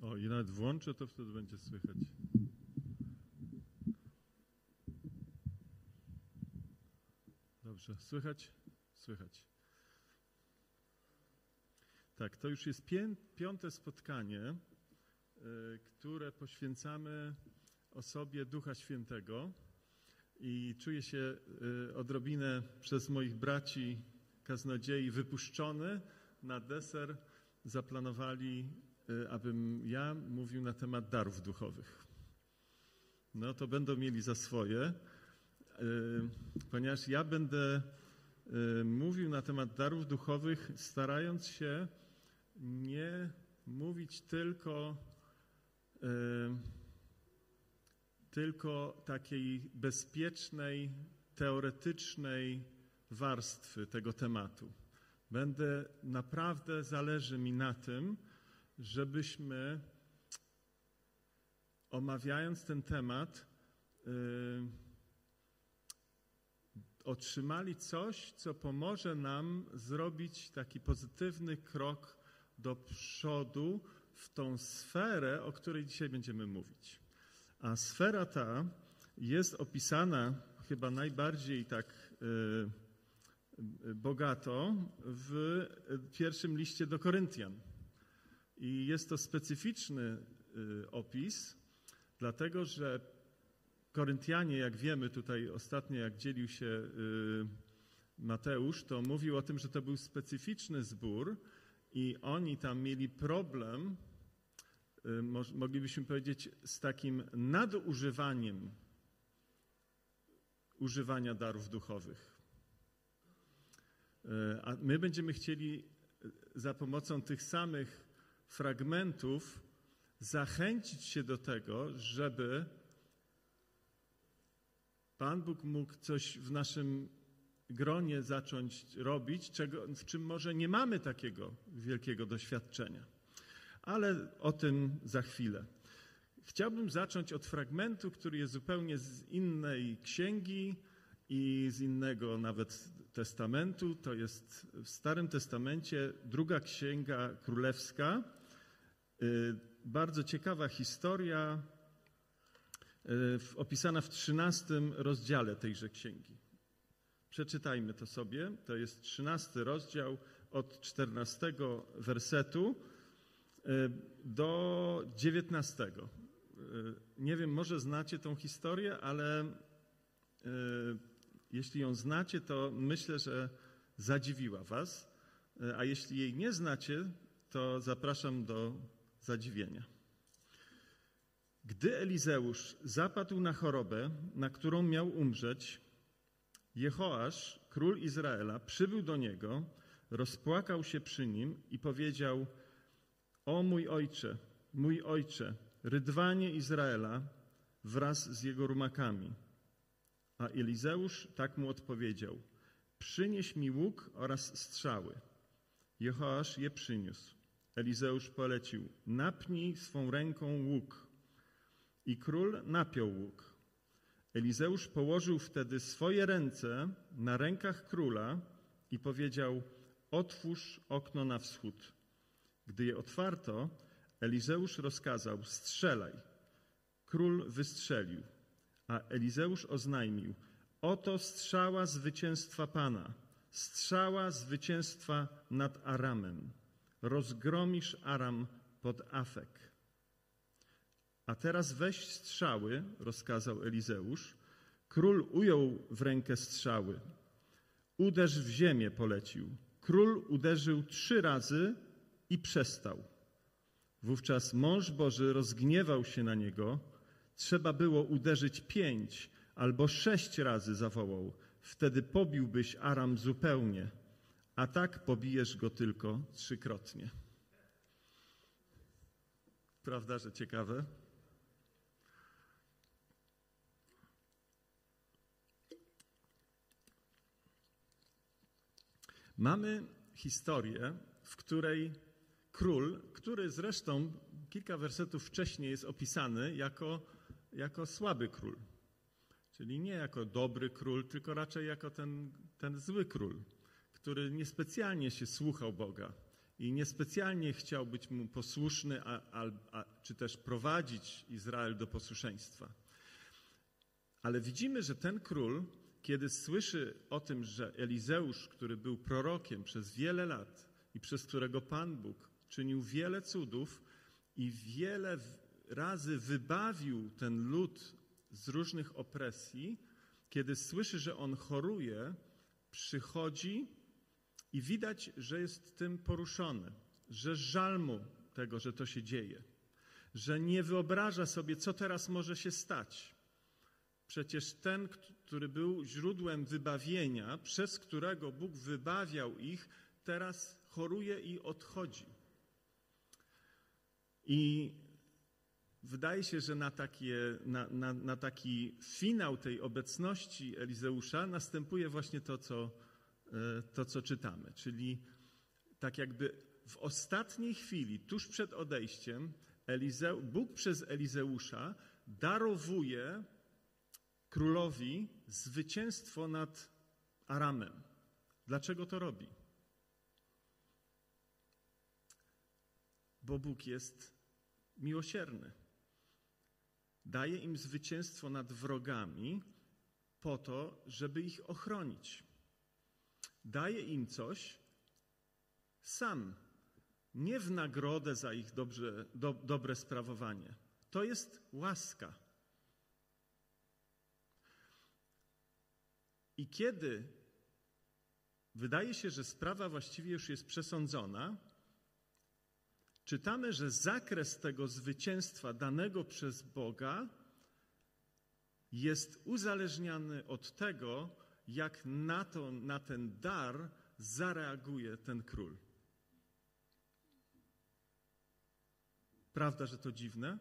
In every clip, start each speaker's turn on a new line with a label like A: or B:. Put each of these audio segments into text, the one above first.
A: O, i nawet włączę, to wtedy będzie słychać. Dobrze, słychać? Słychać. Tak, to już jest piąte spotkanie, które poświęcamy osobie Ducha Świętego i czuję się odrobinę przez moich braci kaznodziei wypuszczony. Na deser zaplanowali, abym ja mówił na temat darów duchowych. No to będą mieli za swoje, ponieważ ja będę mówił na temat darów duchowych, starając się nie mówić tylko takiej bezpiecznej, teoretycznej warstwy tego tematu. Naprawdę zależy mi na tym, żebyśmy omawiając ten temat otrzymali coś, co pomoże nam zrobić taki pozytywny krok do przodu w tą sferę, o której dzisiaj będziemy mówić. A sfera ta jest opisana chyba najbardziej tak bogato w pierwszym liście do Koryntian. I jest to specyficzny opis, dlatego że Koryntianie, jak wiemy tutaj ostatnio, jak dzielił się Mateusz, to mówił o tym, że to był specyficzny zbór i oni tam mieli problem, moglibyśmy powiedzieć, z takim nadużywaniem używania darów duchowych. A my będziemy chcieli za pomocą tych samych fragmentów zachęcić się do tego, żeby Pan Bóg mógł coś w naszym gronie zacząć robić, w czym może nie mamy takiego wielkiego doświadczenia. Ale o tym za chwilę. Chciałbym zacząć od fragmentu, który jest zupełnie z innej księgi i z innego nawet testamentu. To jest w Starym Testamencie druga księga królewska. Bardzo ciekawa historia opisana w 13 rozdziale tejże księgi. Przeczytajmy to sobie. To jest 13 rozdział od 14 wersetu do 19. Nie wiem, może znacie tą historię, ale jeśli ją znacie, to myślę, że zadziwiła was, a jeśli jej nie znacie, to zapraszam do zadziwienia. Gdy Elizeusz zapadł na chorobę, na którą miał umrzeć, Jehoasz, król Izraela, przybył do niego, rozpłakał się przy nim i powiedział: O mój ojcze, rydwanie Izraela wraz z jego rumakami. A Elizeusz tak mu odpowiedział: Przynieś mi łuk oraz strzały. Jehoasz je przyniósł. Elizeusz polecił: Napnij swą ręką łuk. I król napiął łuk. Elizeusz położył wtedy swoje ręce na rękach króla i powiedział: Otwórz okno na wschód. Gdy je otwarto, Elizeusz rozkazał: Strzelaj. Król wystrzelił, a Elizeusz oznajmił: Oto strzała zwycięstwa Pana, strzała zwycięstwa nad Aramem. Rozgromisz Aram pod Afek. A teraz weź strzały, rozkazał Elizeusz. Król ujął w rękę strzały. Uderz w ziemię, polecił. Król uderzył 3 razy i przestał. Wówczas mąż Boży rozgniewał się na niego. Trzeba było uderzyć 5 albo 6 razy, zawołał. Wtedy pobiłbyś Aram zupełnie, a tak pobijesz go tylko 3-krotnie. Prawda, że ciekawe? Mamy historię, w której król, który zresztą kilka wersetów wcześniej jest opisany jako słaby król. Czyli nie jako dobry król, tylko raczej jako ten zły król, który niespecjalnie się słuchał Boga. i niespecjalnie chciał być mu posłuszny, czy też prowadzić Izrael do posłuszeństwa. Ale widzimy, że ten król, kiedy słyszy o tym, że Elizeusz, który był prorokiem przez wiele lat i przez którego Pan Bóg czynił wiele cudów i wiele razy wybawił ten lud z różnych opresji, kiedy słyszy, że on choruje, przychodzi i widać, że jest tym poruszony, że żal mu tego, że to się dzieje, że nie wyobraża sobie, co teraz może się stać. Przecież ten, który był źródłem wybawienia, przez którego Bóg wybawiał ich, teraz choruje i odchodzi. I wydaje się, że na taki finał tej obecności Elizeusza następuje właśnie to, co czytamy. Czyli tak jakby w ostatniej chwili, tuż przed odejściem, Bóg przez Elizeusza darowuje królowi zwycięstwo nad Aramem. Dlaczego to robi? Bo Bóg jest miłosierny. Daje im zwycięstwo nad wrogami po to, żeby ich ochronić. Daje im coś sam, nie w nagrodę za ich dobre sprawowanie. To jest łaska. I kiedy wydaje się, że sprawa właściwie już jest przesądzona, czytamy, że zakres tego zwycięstwa danego przez Boga jest uzależniony od tego, jak na ten dar zareaguje ten król. Prawda, że to dziwne?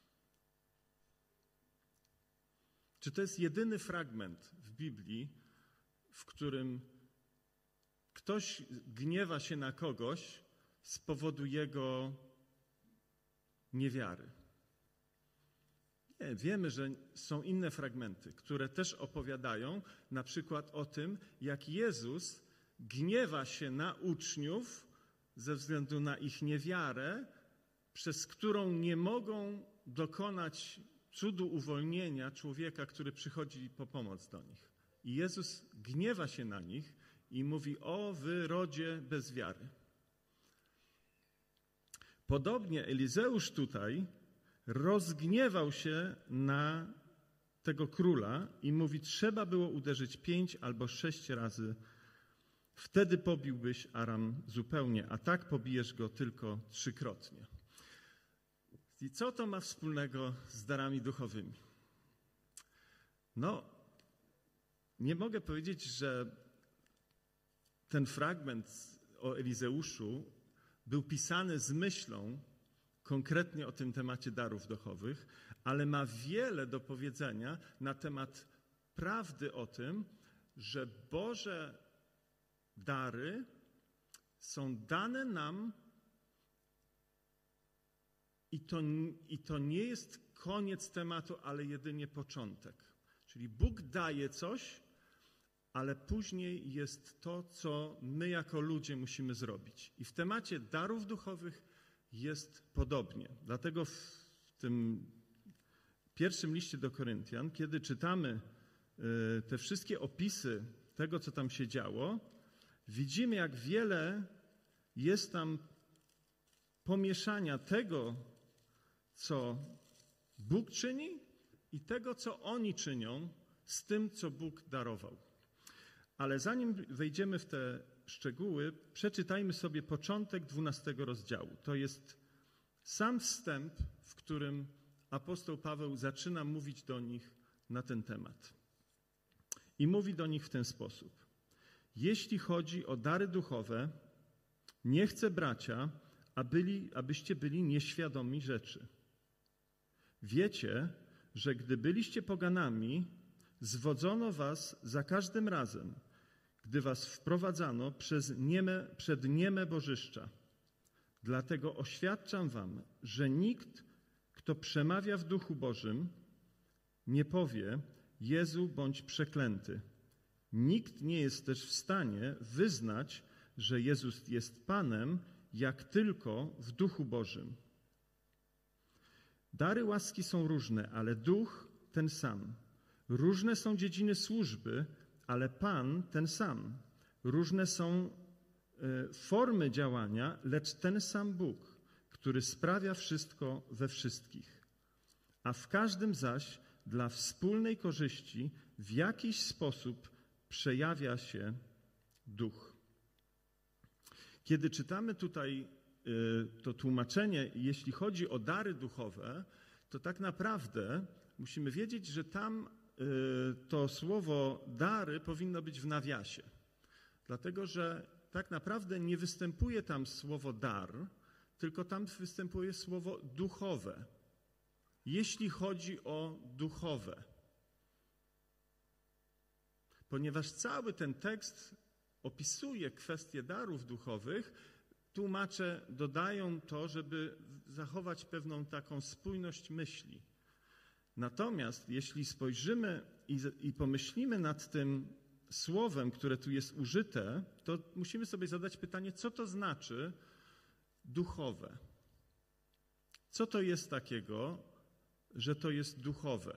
A: Czy to jest jedyny fragment w Biblii, w którym ktoś gniewa się na kogoś z powodu jego niewiary? Nie, wiemy, że są inne fragmenty, które też opowiadają na przykład o tym, jak Jezus gniewa się na uczniów ze względu na ich niewiarę, przez którą nie mogą dokonać cudu uwolnienia człowieka, który przychodzi po pomoc do nich. I Jezus gniewa się na nich i mówi: o wy rodzie bez wiary. Podobnie Elizeusz tutaj rozgniewał się na tego króla i mówi: trzeba było uderzyć 5 albo 6 razy, wtedy pobiłbyś Aram zupełnie, a tak pobijesz go tylko 3-krotnie. I co to ma wspólnego z darami duchowymi? No, nie mogę powiedzieć, że ten fragment o Elizeuszu był pisany z myślą konkretnie o tym temacie darów duchowych, ale ma wiele do powiedzenia na temat prawdy o tym, że Boże dary są dane nam i to nie jest koniec tematu, ale jedynie początek. Czyli Bóg daje coś, ale później jest to, co my jako ludzie musimy zrobić. I w temacie darów duchowych jest podobnie. Dlatego w tym pierwszym liście do Koryntian, kiedy czytamy te wszystkie opisy tego, co tam się działo, widzimy, jak wiele jest tam pomieszania tego, co Bóg czyni i tego, co oni czynią z tym, co Bóg darował. Ale zanim wejdziemy w te szczegóły, przeczytajmy sobie początek 12 rozdziału. To jest sam wstęp, w którym apostoł Paweł zaczyna mówić do nich na ten temat. I mówi do nich w ten sposób: jeśli chodzi o dary duchowe, nie chcę, bracia, abyście byli nieświadomi rzeczy. Wiecie, że gdy byliście poganami, zwodzono was za każdym razem, gdy was wprowadzano przed nieme bożyszcza. Dlatego oświadczam wam, że nikt, kto przemawia w Duchu Bożym, nie powie: Jezu, bądź przeklęty. Nikt nie jest też w stanie wyznać, że Jezus jest Panem, jak tylko w Duchu Bożym. Dary łaski są różne, ale Duch ten sam. Różne są dziedziny służby, ale Pan ten sam. Różne są formy działania, lecz ten sam Bóg, który sprawia wszystko we wszystkich. A w każdym zaś dla wspólnej korzyści w jakiś sposób przejawia się Duch. Kiedy czytamy tutaj to tłumaczenie, jeśli chodzi o dary duchowe, to tak naprawdę musimy wiedzieć, że tam to słowo dary powinno być w nawiasie. Dlatego, że tak naprawdę nie występuje tam słowo dar, tylko tam występuje słowo duchowe. Jeśli chodzi o duchowe. Ponieważ cały ten tekst opisuje kwestie darów duchowych, tłumacze dodają to, żeby zachować pewną taką spójność myśli. Natomiast jeśli spojrzymy i pomyślimy nad tym słowem, które tu jest użyte, to musimy sobie zadać pytanie, co to znaczy duchowe? Co to jest takiego, że to jest duchowe?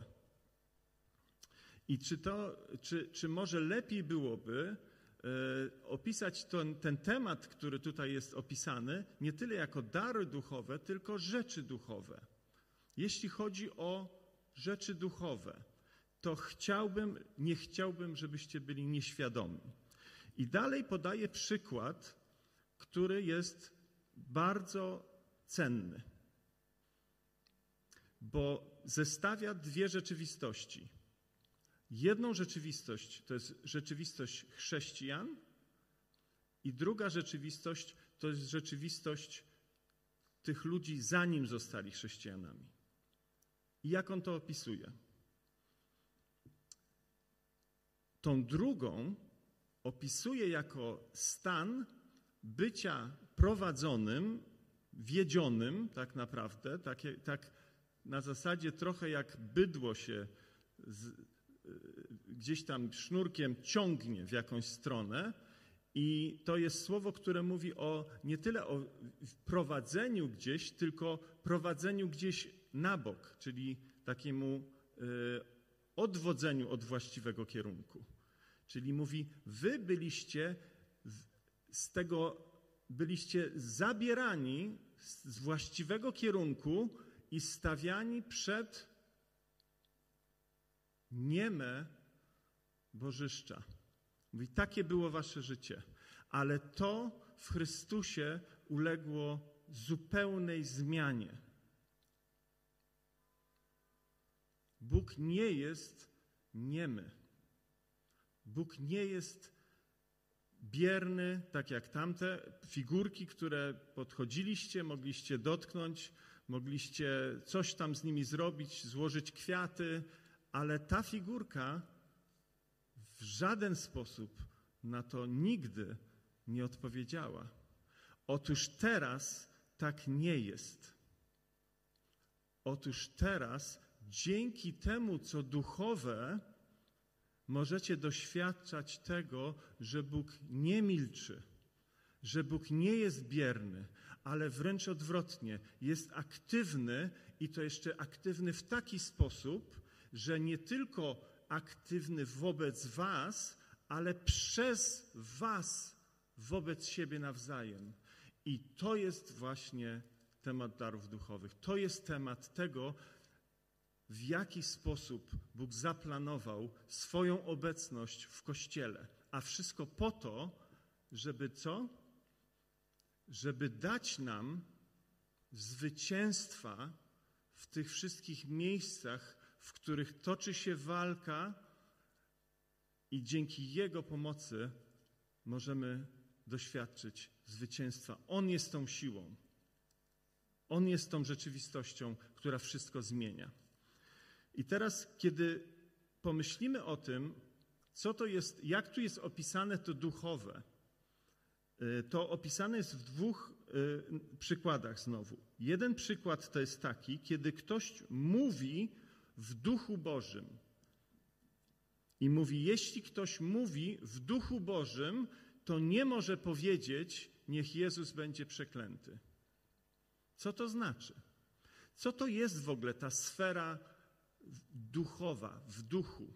A: I czy może lepiej byłoby opisać ten temat, który tutaj jest opisany, nie tyle jako dary duchowe, tylko rzeczy duchowe. Jeśli chodzi o rzeczy duchowe, to nie chciałbym, żebyście byli nieświadomi. I dalej podaję przykład, który jest bardzo cenny, bo zestawia dwie rzeczywistości. Jedną rzeczywistość to jest rzeczywistość chrześcijan i druga rzeczywistość to jest rzeczywistość tych ludzi, zanim zostali chrześcijanami. I jak on to opisuje? Tą drugą opisuje jako stan bycia prowadzonym, wiedzionym tak naprawdę, tak na zasadzie trochę jak bydło się gdzieś tam sznurkiem ciągnie w jakąś stronę i to jest słowo, które mówi nie tyle o prowadzeniu gdzieś, tylko prowadzeniu gdzieś na bok, czyli takiemu odwodzeniu od właściwego kierunku. Czyli mówi, wy byliście zabierani z właściwego kierunku i stawiani przed nieme bożyszcza. Mówi, takie było wasze życie, ale to w Chrystusie uległo zupełnej zmianie. Bóg nie jest niemy. Bóg nie jest bierny, tak jak tamte figurki, które podchodziliście, mogliście dotknąć, mogliście coś tam z nimi zrobić, złożyć kwiaty, ale ta figurka w żaden sposób na to nigdy nie odpowiedziała. Otóż teraz tak nie jest. Otóż teraz dzięki temu, co duchowe, możecie doświadczać tego, że Bóg nie milczy, że Bóg nie jest bierny, ale wręcz odwrotnie, jest aktywny i to jeszcze aktywny w taki sposób, że nie tylko aktywny wobec was, ale przez was wobec siebie nawzajem. I to jest właśnie temat darów duchowych. To jest temat tego, w jaki sposób Bóg zaplanował swoją obecność w Kościele. A wszystko po to, żeby co? Żeby dać nam zwycięstwa w tych wszystkich miejscach, w których toczy się walka i dzięki Jego pomocy możemy doświadczyć zwycięstwa. On jest tą siłą. On jest tą rzeczywistością, która wszystko zmienia. I teraz, kiedy pomyślimy o tym, co to jest, jak tu jest opisane to duchowe, to opisane jest w dwóch przykładach znowu. Jeden przykład to jest taki, kiedy ktoś mówi w Duchu Bożym. I mówi, jeśli ktoś mówi w Duchu Bożym, to nie może powiedzieć niech Jezus będzie przeklęty. Co to znaczy? Co to jest w ogóle ta sfera duchowa, w duchu?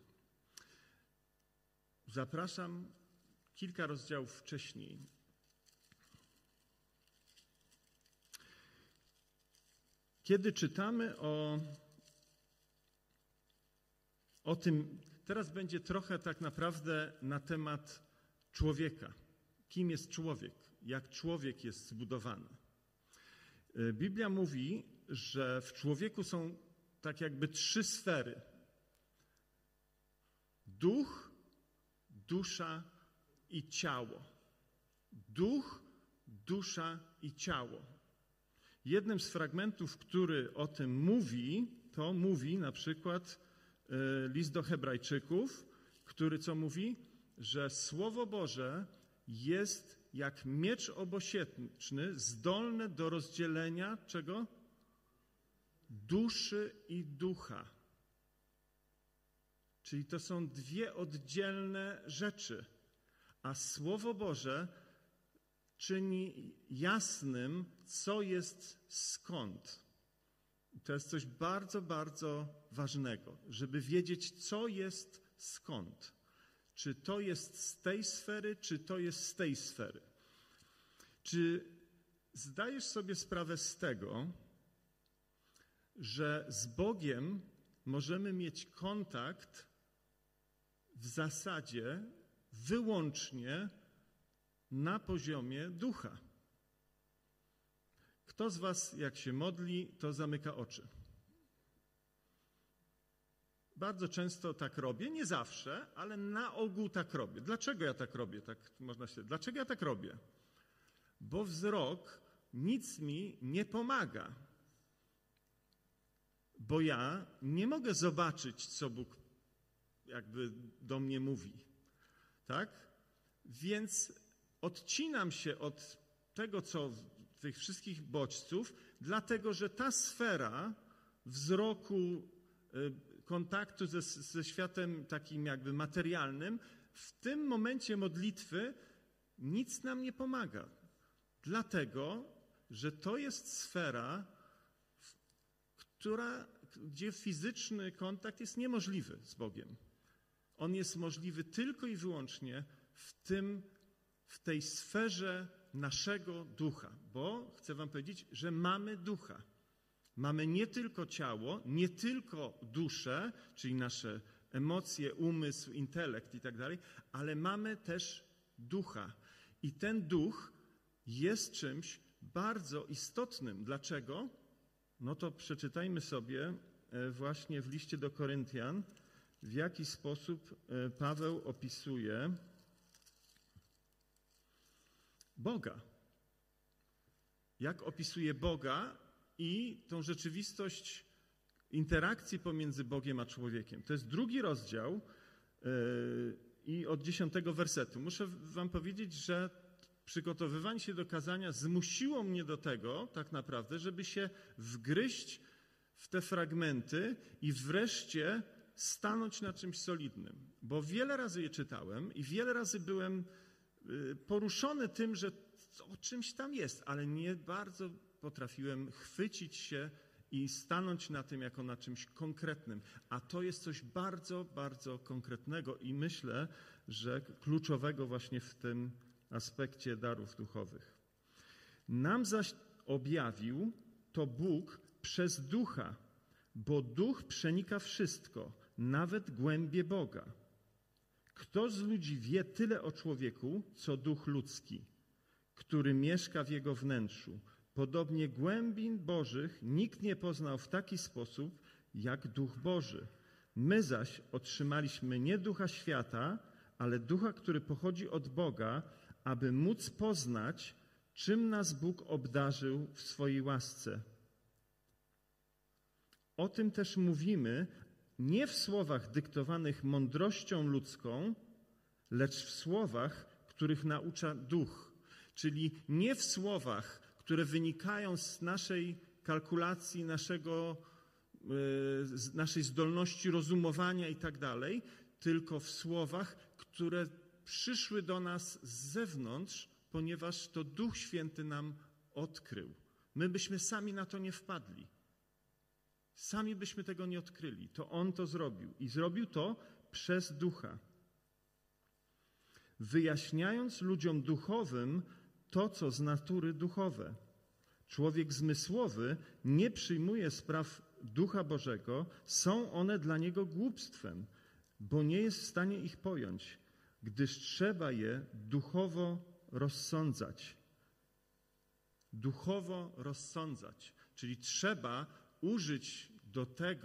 A: Zapraszam kilka rozdziałów wcześniej. Kiedy czytamy o tym, teraz będzie trochę tak naprawdę na temat człowieka. Kim jest człowiek? Jak człowiek jest zbudowany? Biblia mówi, że w człowieku są tak jakby 3 sfery. Duch, dusza i ciało. Duch, dusza i ciało. Jednym z fragmentów, który o tym mówi, to mówi na przykład list do Hebrajczyków, który co mówi? Że Słowo Boże jest jak miecz obosieczny, zdolny do rozdzielenia czego? Duszy i ducha. Czyli to są 2 oddzielne rzeczy. A Słowo Boże czyni jasnym, co jest skąd. To jest coś bardzo, bardzo ważnego, żeby wiedzieć, co jest skąd. Czy to jest z tej sfery, czy to jest z tej sfery. Czy zdajesz sobie sprawę z tego, że z Bogiem możemy mieć kontakt w zasadzie wyłącznie na poziomie ducha? Kto z was, jak się modli, to zamyka oczy? Bardzo często tak robię, nie zawsze, ale na ogół tak robię. Dlaczego ja tak robię? Dlaczego ja tak robię? Bo wzrok nic mi nie pomaga. Bo ja nie mogę zobaczyć, co Bóg jakby do mnie mówi. Tak? Więc odcinam się od tego, co tych wszystkich bodźców, dlatego że ta sfera wzroku, kontaktu ze światem takim jakby materialnym, w tym momencie modlitwy nic nam nie pomaga. Dlatego, że to jest sfera, gdzie fizyczny kontakt jest niemożliwy z Bogiem. On jest możliwy tylko i wyłącznie w tej sferze naszego ducha, bo chcę wam powiedzieć, że mamy ducha. Mamy nie tylko ciało, nie tylko duszę, czyli nasze emocje, umysł, intelekt i tak dalej, ale mamy też ducha. I ten duch jest czymś bardzo istotnym. Dlaczego? No to przeczytajmy sobie właśnie w liście do Koryntian, w jaki sposób Paweł opisuje Boga. Jak opisuje Boga i tą rzeczywistość interakcji pomiędzy Bogiem a człowiekiem. To jest 2 rozdział i od 10 wersetu. Muszę wam powiedzieć, że przygotowywanie się do kazania zmusiło mnie do tego tak naprawdę, żeby się wgryźć w te fragmenty i wreszcie stanąć na czymś solidnym. Bo wiele razy je czytałem i wiele razy byłem poruszony tym, że o czymś tam jest, ale nie bardzo potrafiłem chwycić się i stanąć na tym jako na czymś konkretnym. A to jest coś bardzo, bardzo konkretnego i myślę, że kluczowego właśnie w tym aspekcie darów duchowych. Nam zaś objawił to Bóg przez Ducha, bo Duch przenika wszystko, nawet głębie Boga. Kto z ludzi wie tyle o człowieku, co Duch ludzki, który mieszka w jego wnętrzu? Podobnie głębin Bożych nikt nie poznał w taki sposób, jak Duch Boży. My zaś otrzymaliśmy nie ducha świata, ale ducha, który pochodzi od Boga, aby móc poznać, czym nas Bóg obdarzył w swojej łasce. O tym też mówimy, nie w słowach dyktowanych mądrością ludzką, lecz w słowach, których naucza Duch. Czyli nie w słowach, które wynikają z naszej kalkulacji, naszej zdolności rozumowania i tak dalej, tylko w słowach, które przyszły do nas z zewnątrz ponieważ to Duch Święty nam odkrył. My byśmy sami na to nie wpadli. Sami byśmy tego nie odkryli. To On to zrobił i zrobił to przez Ducha. Wyjaśniając ludziom duchowym to, co z natury duchowe. Człowiek zmysłowy nie przyjmuje spraw Ducha Bożego, są one dla niego głupstwem, bo nie jest w stanie ich pojąć, gdyż trzeba je duchowo rozsądzać. Duchowo rozsądzać, czyli trzeba użyć do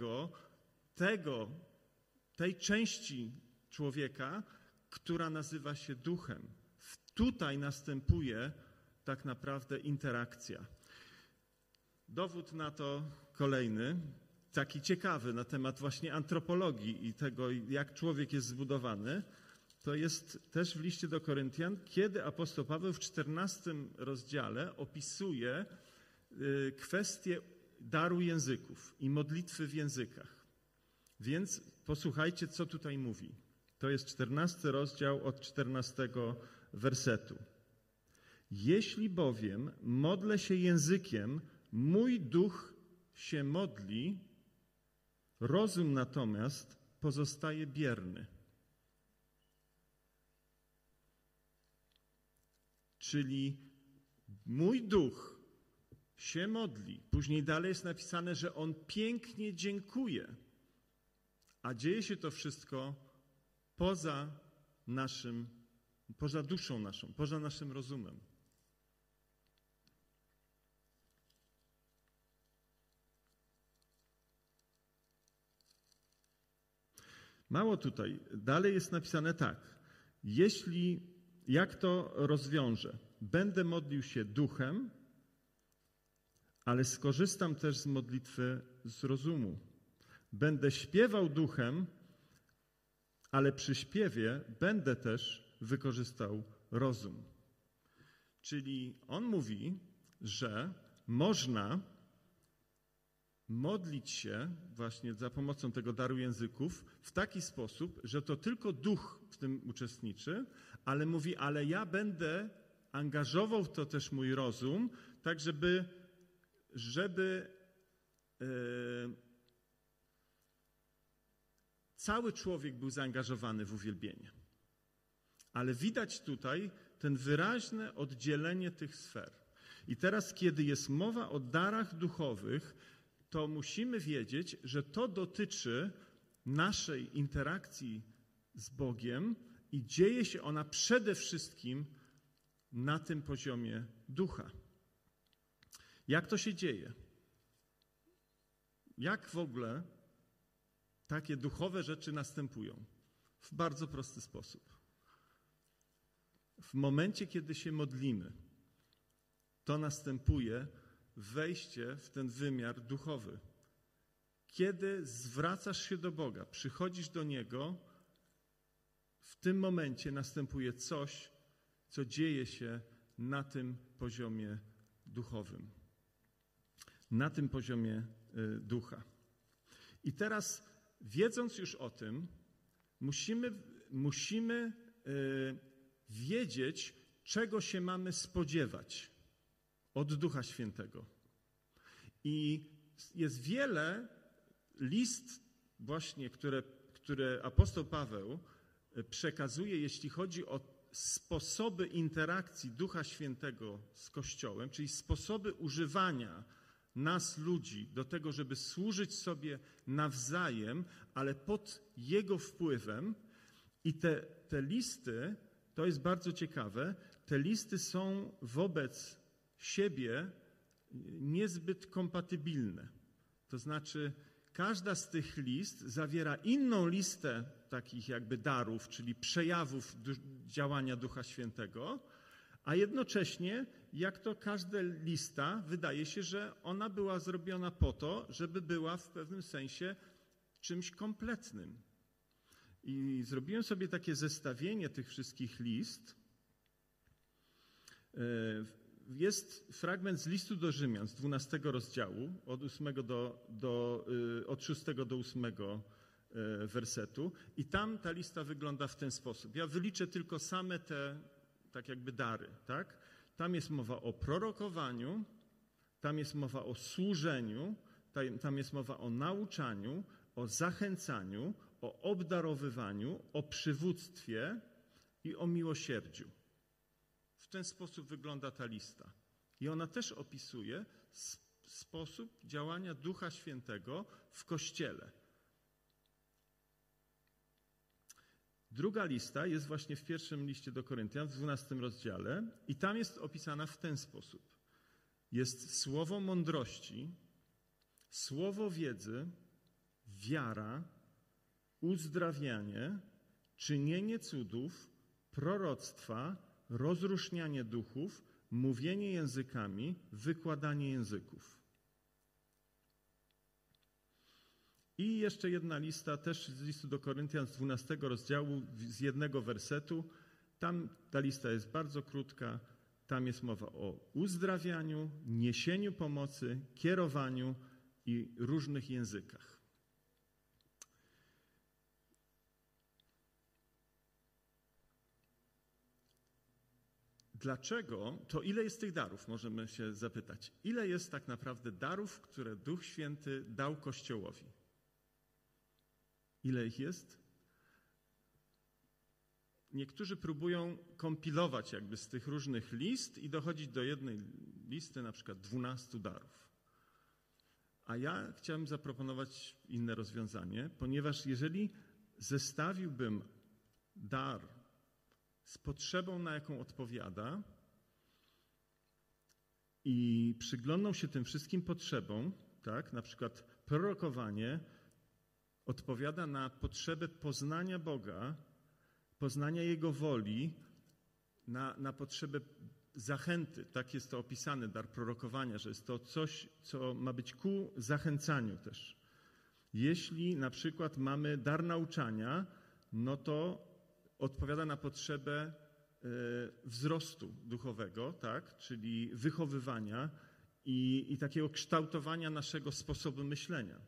A: tej części człowieka, która nazywa się duchem. Tutaj następuje tak naprawdę interakcja. Dowód na to kolejny, taki ciekawy na temat właśnie antropologii i tego, jak człowiek jest zbudowany, to jest też w liście do Koryntian, kiedy apostoł Paweł w 14 rozdziale opisuje kwestię daru języków i modlitwy w językach. Więc posłuchajcie, co tutaj mówi. To jest 14 rozdział od 14 wersetu. Jeśli bowiem modlę się językiem, mój duch się modli, rozum natomiast pozostaje bierny. Czyli mój duch się modli. Później dalej jest napisane, że on pięknie dziękuje. A dzieje się to wszystko poza duszą naszą, poza naszym rozumem. Mało tutaj. Dalej jest napisane tak. Jak to rozwiążę? Będę modlił się duchem, ale skorzystam też z modlitwy z rozumu. Będę śpiewał duchem, ale przy śpiewie będę też wykorzystał rozum. Czyli on mówi, że można modlić się właśnie za pomocą tego daru języków w taki sposób, że to tylko duch w tym uczestniczy, ale mówi, ale ja będę angażował w to też mój rozum, tak żeby cały człowiek był zaangażowany w uwielbienie. Ale widać tutaj ten wyraźne oddzielenie tych sfer. I teraz, kiedy jest mowa o darach duchowych, to musimy wiedzieć, że to dotyczy naszej interakcji z Bogiem i dzieje się ona przede wszystkim na tym poziomie ducha. Jak to się dzieje? Jak w ogóle takie duchowe rzeczy następują? W bardzo prosty sposób. W momencie, kiedy się modlimy, to następuje wejście w ten wymiar duchowy. Kiedy zwracasz się do Boga, przychodzisz do Niego, w tym momencie następuje coś, co dzieje się na tym poziomie duchowym. Na tym poziomie ducha. I teraz, wiedząc już o tym, musimy wiedzieć, czego się mamy spodziewać od Ducha Świętego. I jest wiele list właśnie, które apostoł Paweł przekazuje, jeśli chodzi o sposoby interakcji Ducha Świętego z Kościołem, czyli sposoby używania nas, ludzi, do tego, żeby służyć sobie nawzajem, ale pod Jego wpływem. I te listy, to jest bardzo ciekawe, te listy są wobec siebie niezbyt kompatybilne. To znaczy, każda z tych list zawiera inną listę takich jakby darów, czyli przejawów działania Ducha Świętego, a jednocześnie, jak to każda lista, wydaje się, że ona była zrobiona po to, żeby była w pewnym sensie czymś kompletnym. I zrobiłem sobie takie zestawienie tych wszystkich list. Jest fragment z listu do Rzymian, z 12 rozdziału, od 6 do 8 wersetu. I tam ta lista wygląda w ten sposób. Ja wyliczę tylko same te tak jakby dary, tak? Tam jest mowa o prorokowaniu, tam jest mowa o służeniu, tam jest mowa o nauczaniu, o zachęcaniu, o obdarowywaniu, o przywództwie i o miłosierdziu. W ten sposób wygląda ta lista. I ona też opisuje sposób działania Ducha Świętego w Kościele. Druga lista jest właśnie w pierwszym liście do Koryntian, w 12 rozdziale i tam jest opisana w ten sposób. Jest słowo mądrości, słowo wiedzy, wiara, uzdrawianie, czynienie cudów, proroctwa, rozróżnianie duchów, mówienie językami, wykładanie języków. I jeszcze jedna lista, też z listu do Koryntian z 12 rozdziału, z 1 wersetu. Tam ta lista jest bardzo krótka. Tam jest mowa o uzdrawianiu, niesieniu pomocy, kierowaniu i różnych językach. Dlaczego? To ile jest tych darów? Możemy się zapytać. Ile jest tak naprawdę darów, które Duch Święty dał Kościołowi? Ile ich jest? Niektórzy próbują kompilować jakby z tych różnych list i dochodzić do jednej listy, na przykład 12 darów. A ja chciałem zaproponować inne rozwiązanie, ponieważ jeżeli zestawiłbym dar z potrzebą, na jaką odpowiada i przyglądał się tym wszystkim potrzebom, tak, na przykład prorokowanie odpowiada na potrzebę poznania Boga, poznania Jego woli, na potrzebę zachęty. Tak jest to opisane, dar prorokowania, że jest to coś, co ma być ku zachęcaniu też. Jeśli na przykład mamy dar nauczania, no to odpowiada na potrzebę wzrostu duchowego, tak, czyli wychowywania i takiego kształtowania naszego sposobu myślenia.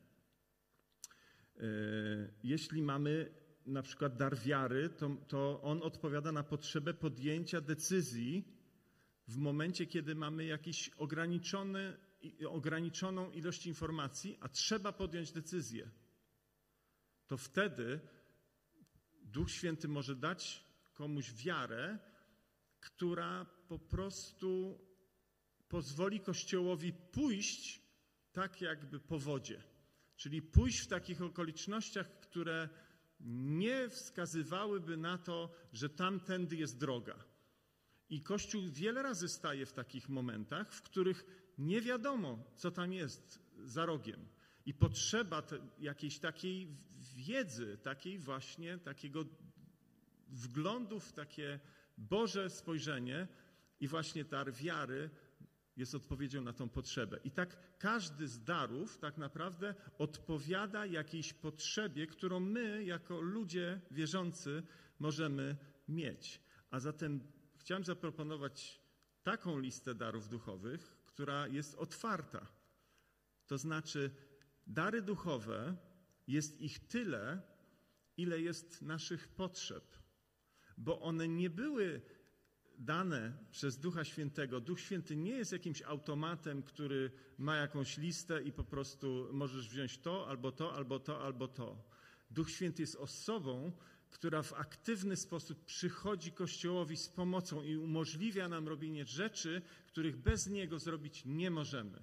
A: Jeśli mamy na przykład dar wiary, to on odpowiada na potrzebę podjęcia decyzji w momencie, kiedy mamy jakiś ograniczoną ilość informacji, a trzeba podjąć decyzję. To wtedy Duch Święty może dać komuś wiarę, która po prostu pozwoli Kościołowi pójść tak jakby po wodzie. Czyli pójść w takich okolicznościach, które nie wskazywałyby na to, że tamtędy jest droga. I Kościół wiele razy staje w takich momentach, w których nie wiadomo, co tam jest za rogiem. I potrzeba jakiejś takiej wiedzy, takiego wglądu w takie Boże spojrzenie i właśnie dar wiary jest odpowiedzią na tą potrzebę. I tak każdy z darów tak naprawdę odpowiada jakiejś potrzebie, którą my jako ludzie wierzący możemy mieć. A zatem chciałem zaproponować taką listę darów duchowych, która jest otwarta. To znaczy dary duchowe, jest ich tyle, ile jest naszych potrzeb, bo one nie były dane przez Ducha Świętego. Duch Święty nie jest jakimś automatem, który ma jakąś listę i po prostu możesz wziąć to, albo to, albo to, albo to. Duch Święty jest osobą, która w aktywny sposób przychodzi Kościołowi z pomocą i umożliwia nam robienie rzeczy, których bez Niego zrobić nie możemy.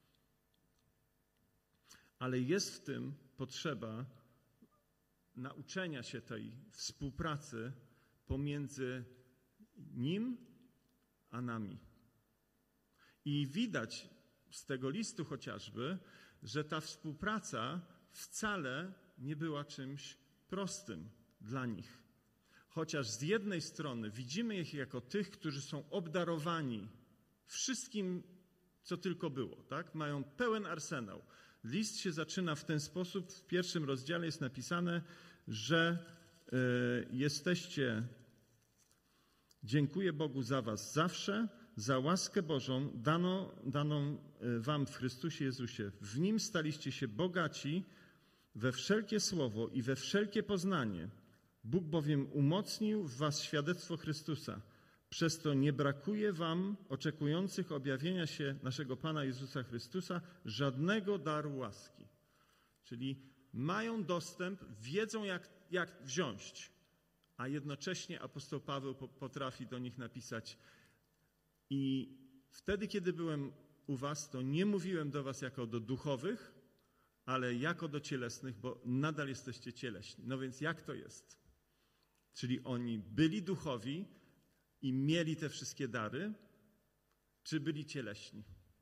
A: Ale jest w tym potrzeba nauczenia się tej współpracy pomiędzy Nim a nami. I widać z tego listu chociażby, że ta współpraca wcale nie była czymś prostym dla nich. Chociaż z jednej strony widzimy ich jako tych, którzy są obdarowani wszystkim, co tylko było, tak? Mają pełen arsenał. List się zaczyna w ten sposób. W pierwszym rozdziale jest napisane, że jesteście... Dziękuję Bogu za was zawsze, za łaskę Bożą daną wam w Chrystusie Jezusie. W Nim staliście się bogaci we wszelkie słowo i we wszelkie poznanie. Bóg bowiem umocnił w was świadectwo Chrystusa. Przez to nie brakuje wam, oczekujących objawienia się naszego Pana Jezusa Chrystusa, żadnego daru łaski. Czyli mają dostęp, wiedzą jak wziąć, a jednocześnie apostoł Paweł potrafi do nich napisać: i wtedy, kiedy byłem u was, to nie mówiłem do was jako do duchowych, ale jako do cielesnych, bo nadal jesteście cieleśni. No więc jak to jest? Czyli oni byli duchowi i mieli te wszystkie dary, czy byli cieleśni?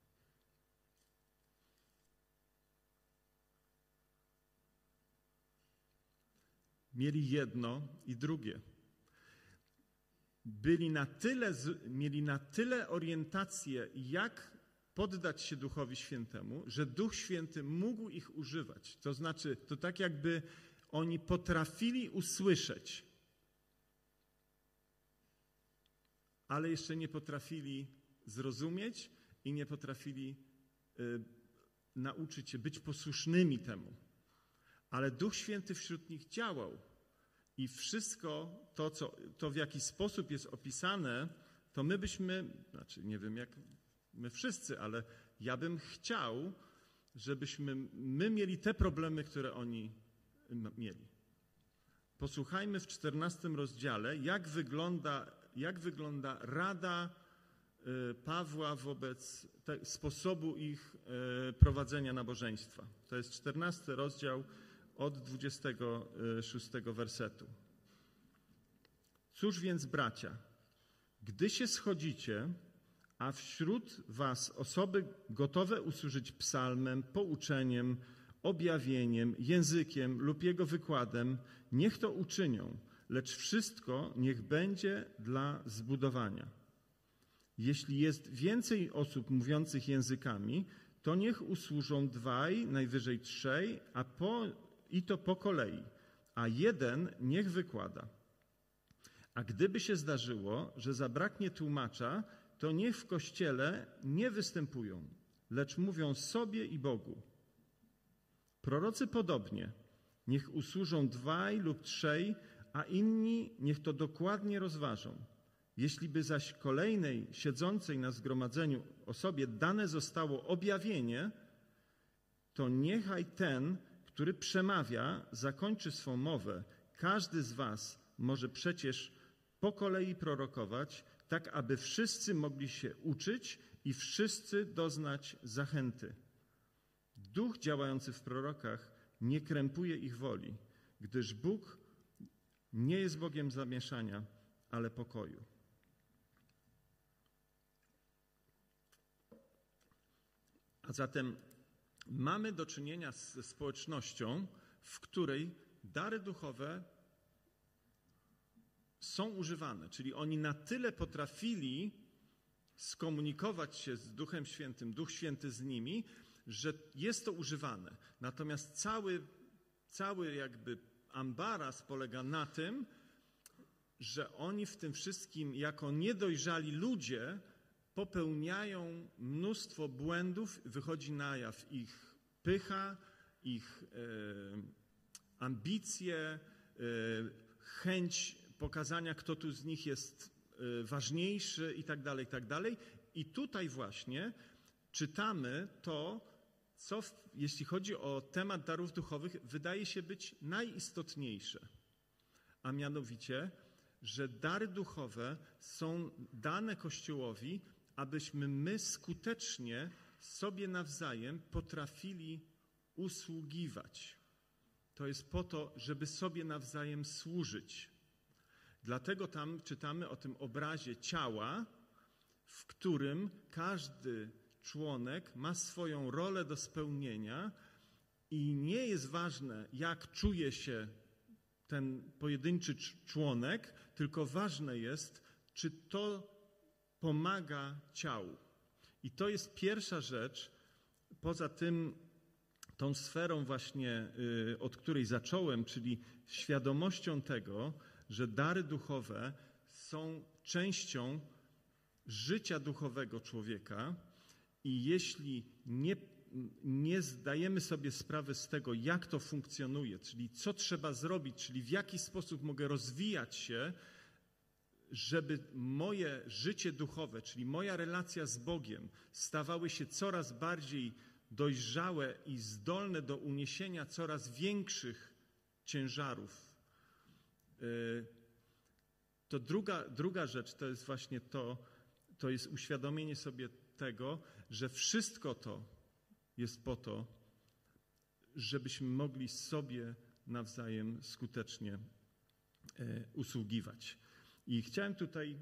A: Mieli jedno i drugie. Mieli na tyle orientację, jak poddać się Duchowi Świętemu, że Duch Święty mógł ich używać. To znaczy, to tak jakby oni potrafili usłyszeć, ale jeszcze nie potrafili zrozumieć i nie potrafili nauczyć się być posłusznymi temu. Ale Duch Święty wśród nich działał i wszystko to w jaki sposób jest opisane, to my byśmy, nie wiem jak my wszyscy, ale ja bym chciał, żebyśmy my mieli te problemy, które oni mieli. Posłuchajmy w 14 rozdziale, jak wygląda rada Pawła wobec sposobu ich prowadzenia nabożeństwa. To jest 14 rozdział od 26 wersetu. Cóż więc, bracia, gdy się schodzicie, a wśród was osoby gotowe usłużyć psalmem, pouczeniem, objawieniem, językiem lub jego wykładem, niech to uczynią, lecz wszystko niech będzie dla zbudowania. Jeśli jest więcej osób mówiących językami, to niech usłużą 2, najwyżej 3, i to po kolei, a jeden niech wykłada. A gdyby się zdarzyło, że zabraknie tłumacza, to niech w kościele nie występują, lecz mówią sobie i Bogu. Prorocy podobnie, niech usłużą 2 lub 3, a inni niech to dokładnie rozważą. Jeśli by zaś kolejnej siedzącej na zgromadzeniu osobie dane zostało objawienie, to niechaj ten, który przemawia, zakończy swą mowę. Każdy z was może przecież po kolei prorokować, tak aby wszyscy mogli się uczyć i wszyscy doznać zachęty. Duch działający w prorokach nie krępuje ich woli, gdyż Bóg nie jest Bogiem zamieszania, ale pokoju. A zatem mamy do czynienia ze społecznością, w której dary duchowe są używane, czyli oni na tyle potrafili skomunikować się z Duchem Świętym, Duch Święty z nimi, że jest to używane. Natomiast cały jakby ambaras polega na tym, że oni w tym wszystkim jako niedojrzali ludzie popełniają mnóstwo błędów, wychodzi na jaw ich pycha, ich ambicje, chęć pokazania, kto tu z nich jest ważniejszy i tak dalej, i tak dalej. I tutaj właśnie czytamy to, co jeśli chodzi o temat darów duchowych, wydaje się być najistotniejsze. A mianowicie, że dary duchowe są dane Kościołowi, abyśmy my skutecznie sobie nawzajem potrafili usługiwać. To jest po to, żeby sobie nawzajem służyć. Dlatego tam czytamy o tym obrazie ciała, w którym każdy członek ma swoją rolę do spełnienia i nie jest ważne, jak czuje się ten pojedynczy członek, tylko ważne jest, czy to pomaga ciału. I to jest pierwsza rzecz, poza tą sferą właśnie, od której zacząłem, czyli świadomością tego, że dary duchowe są częścią życia duchowego człowieka i jeśli nie zdajemy sobie sprawy z tego, jak to funkcjonuje, czyli co trzeba zrobić, czyli w jaki sposób mogę rozwijać się, żeby moje życie duchowe, czyli moja relacja z Bogiem, stawały się coraz bardziej dojrzałe i zdolne do uniesienia coraz większych ciężarów. To druga rzecz to jest właśnie to jest uświadomienie sobie tego, że wszystko to jest po to, żebyśmy mogli sobie nawzajem skutecznie usługiwać. I chciałem tutaj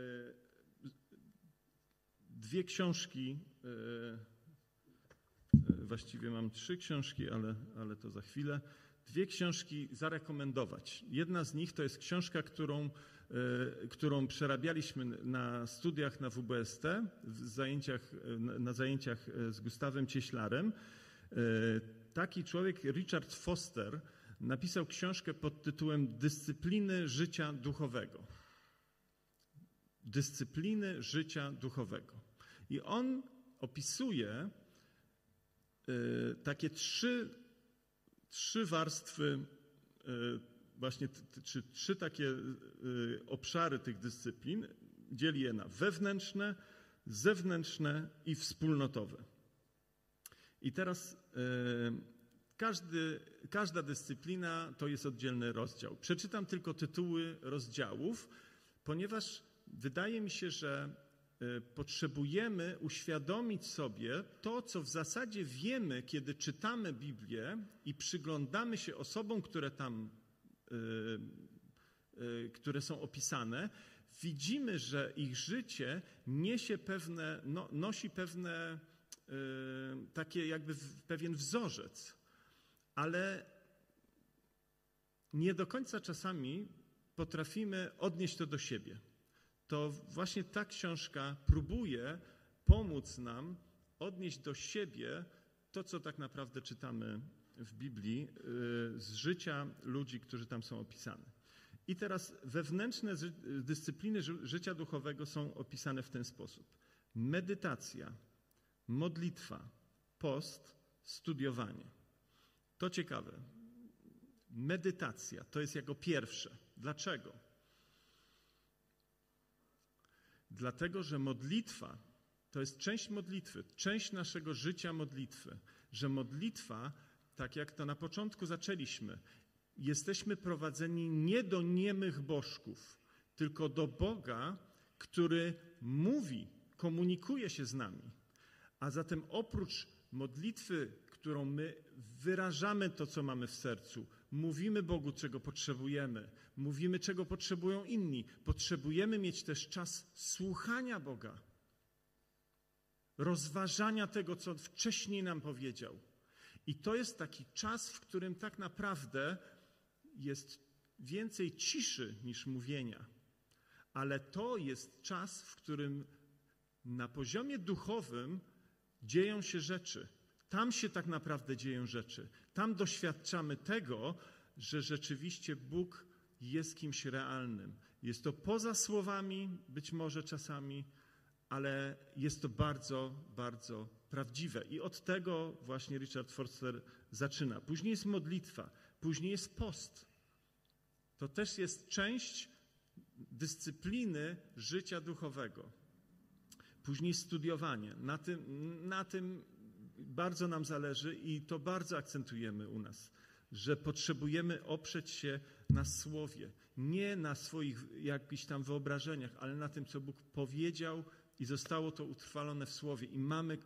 A: dwie książki, właściwie mam 3 książki, ale to za chwilę, 2 książki zarekomendować. Jedna z nich to jest książka, którą przerabialiśmy na studiach na WBST, na zajęciach z Gustawem Cieślarem. Taki człowiek, Richard Foster, napisał książkę pod tytułem Dyscypliny życia duchowego. Dyscypliny życia duchowego. I on opisuje takie trzy warstwy, właśnie trzy takie obszary tych dyscyplin. Dzieli je na wewnętrzne, zewnętrzne i wspólnotowe. I teraz każda dyscyplina to jest oddzielny rozdział. Przeczytam tylko tytuły rozdziałów, ponieważ wydaje mi się, że potrzebujemy uświadomić sobie to, co w zasadzie wiemy, kiedy czytamy Biblię i przyglądamy się osobom, które są opisane. Widzimy, że ich życie nosi pewne takie jakby pewien wzorzec, ale nie do końca czasami potrafimy odnieść to do siebie. To właśnie ta książka próbuje pomóc nam odnieść do siebie to, co tak naprawdę czytamy w Biblii z życia ludzi, którzy tam są opisani. I teraz wewnętrzne dyscypliny życia duchowego są opisane w ten sposób. Medytacja, modlitwa, post, studiowanie. To ciekawe. Medytacja to jest jako pierwsze. Dlaczego? Dlatego, że modlitwa to jest część modlitwy, część naszego życia modlitwy. Że modlitwa, tak jak to na początku zaczęliśmy, jesteśmy prowadzeni nie do niemych bożków, tylko do Boga, który mówi, komunikuje się z nami. A zatem oprócz modlitwy, którą my wyrażamy to, co mamy w sercu, mówimy Bogu, czego potrzebujemy, mówimy, czego potrzebują inni, potrzebujemy mieć też czas słuchania Boga, rozważania tego, co wcześniej nam powiedział. I to jest taki czas, w którym tak naprawdę jest więcej ciszy niż mówienia. Ale to jest czas, w którym na poziomie duchowym dzieją się rzeczy. Tam się tak naprawdę dzieją rzeczy. Tam doświadczamy tego, że rzeczywiście Bóg jest kimś realnym. Jest to poza słowami, być może czasami, ale jest to bardzo, bardzo prawdziwe. I od tego właśnie Richard Foster zaczyna. Później jest modlitwa, później jest post. To też jest część dyscypliny życia duchowego. Później studiowanie. Na tym bardzo nam zależy i to bardzo akcentujemy u nas, że potrzebujemy oprzeć się na Słowie. Nie na swoich jakichś tam wyobrażeniach, ale na tym, co Bóg powiedział i zostało to utrwalone w Słowie. I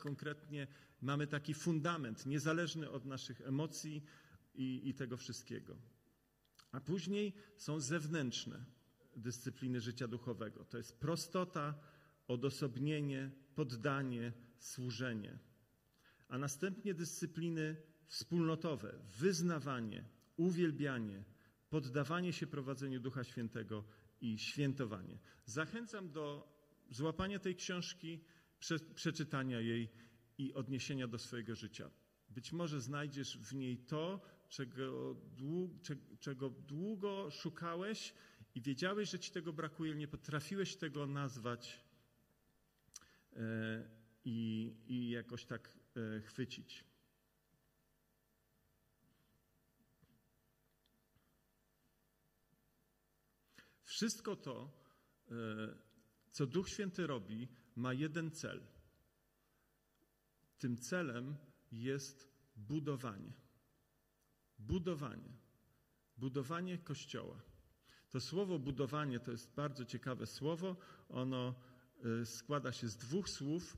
A: mamy taki fundament, niezależny od naszych emocji i tego wszystkiego. A później są zewnętrzne dyscypliny życia duchowego. To jest prostota, odosobnienie, poddanie, służenie. A następnie dyscypliny wspólnotowe, wyznawanie, uwielbianie, poddawanie się prowadzeniu Ducha Świętego i świętowanie. Zachęcam do złapania tej książki, przeczytania jej i odniesienia do swojego życia. Być może znajdziesz w niej to, czego długo szukałeś i wiedziałeś, że ci tego brakuje, nie potrafiłeś tego nazwać i jakoś tak chwycić. Wszystko to co Duch Święty robi, ma jeden cel. Tym celem jest budowanie. Budowanie Kościoła. To słowo budowanie to jest bardzo ciekawe słowo. Ono składa się z dwóch słów.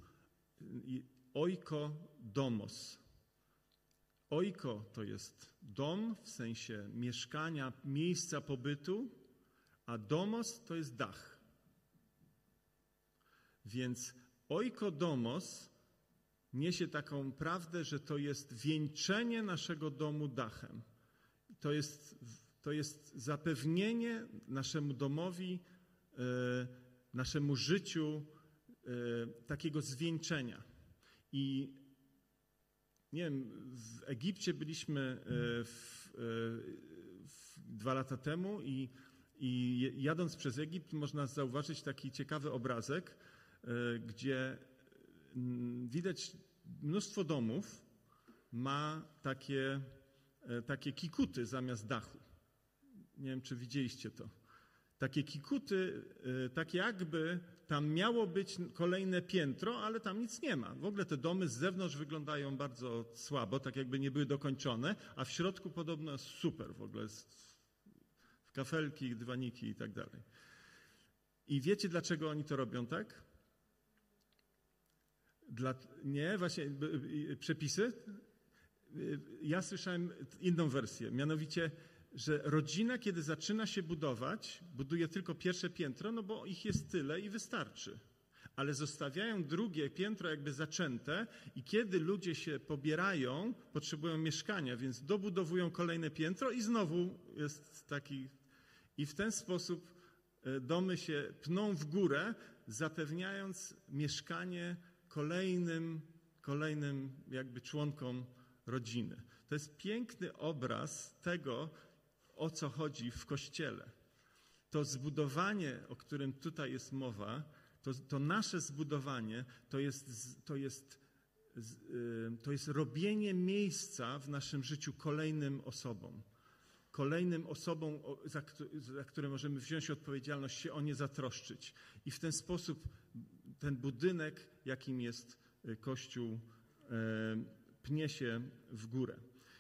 A: Oikodomos. Oiko to jest dom w sensie mieszkania, miejsca pobytu, a domos to jest dach. Więc oikodomos niesie taką prawdę, że to jest wieńczenie naszego domu dachem. To jest zapewnienie naszemu domowi, naszemu życiu takiego zwieńczenia. I nie wiem, w Egipcie byliśmy 2 lata temu i jadąc przez Egipt można zauważyć taki ciekawy obrazek, gdzie widać mnóstwo domów ma takie kikuty zamiast dachu. Nie wiem, czy widzieliście to. Takie kikuty, tak jakby tam miało być kolejne piętro, ale tam nic nie ma. W ogóle te domy z zewnątrz wyglądają bardzo słabo, tak jakby nie były dokończone, a w środku podobno jest super w ogóle. Kafelki, dywaniki i tak dalej. I wiecie, dlaczego oni to robią tak? Nie, właśnie przepisy. Ja słyszałem inną wersję, mianowicie, że rodzina, kiedy zaczyna się budować, buduje tylko pierwsze piętro, no bo ich jest tyle i wystarczy. Ale zostawiają drugie piętro jakby zaczęte i kiedy ludzie się pobierają, potrzebują mieszkania, więc dobudowują kolejne piętro i znowu jest taki... I w ten sposób domy się pną w górę, zapewniając mieszkanie kolejnym jakby członkom rodziny. To jest piękny obraz tego, o co chodzi w Kościele. To zbudowanie, o którym tutaj jest mowa, to nasze zbudowanie, to jest robienie miejsca w naszym życiu kolejnym osobom, za które możemy wziąć odpowiedzialność, się o nie zatroszczyć. I w ten sposób ten budynek, jakim jest Kościół, pnie się w górę.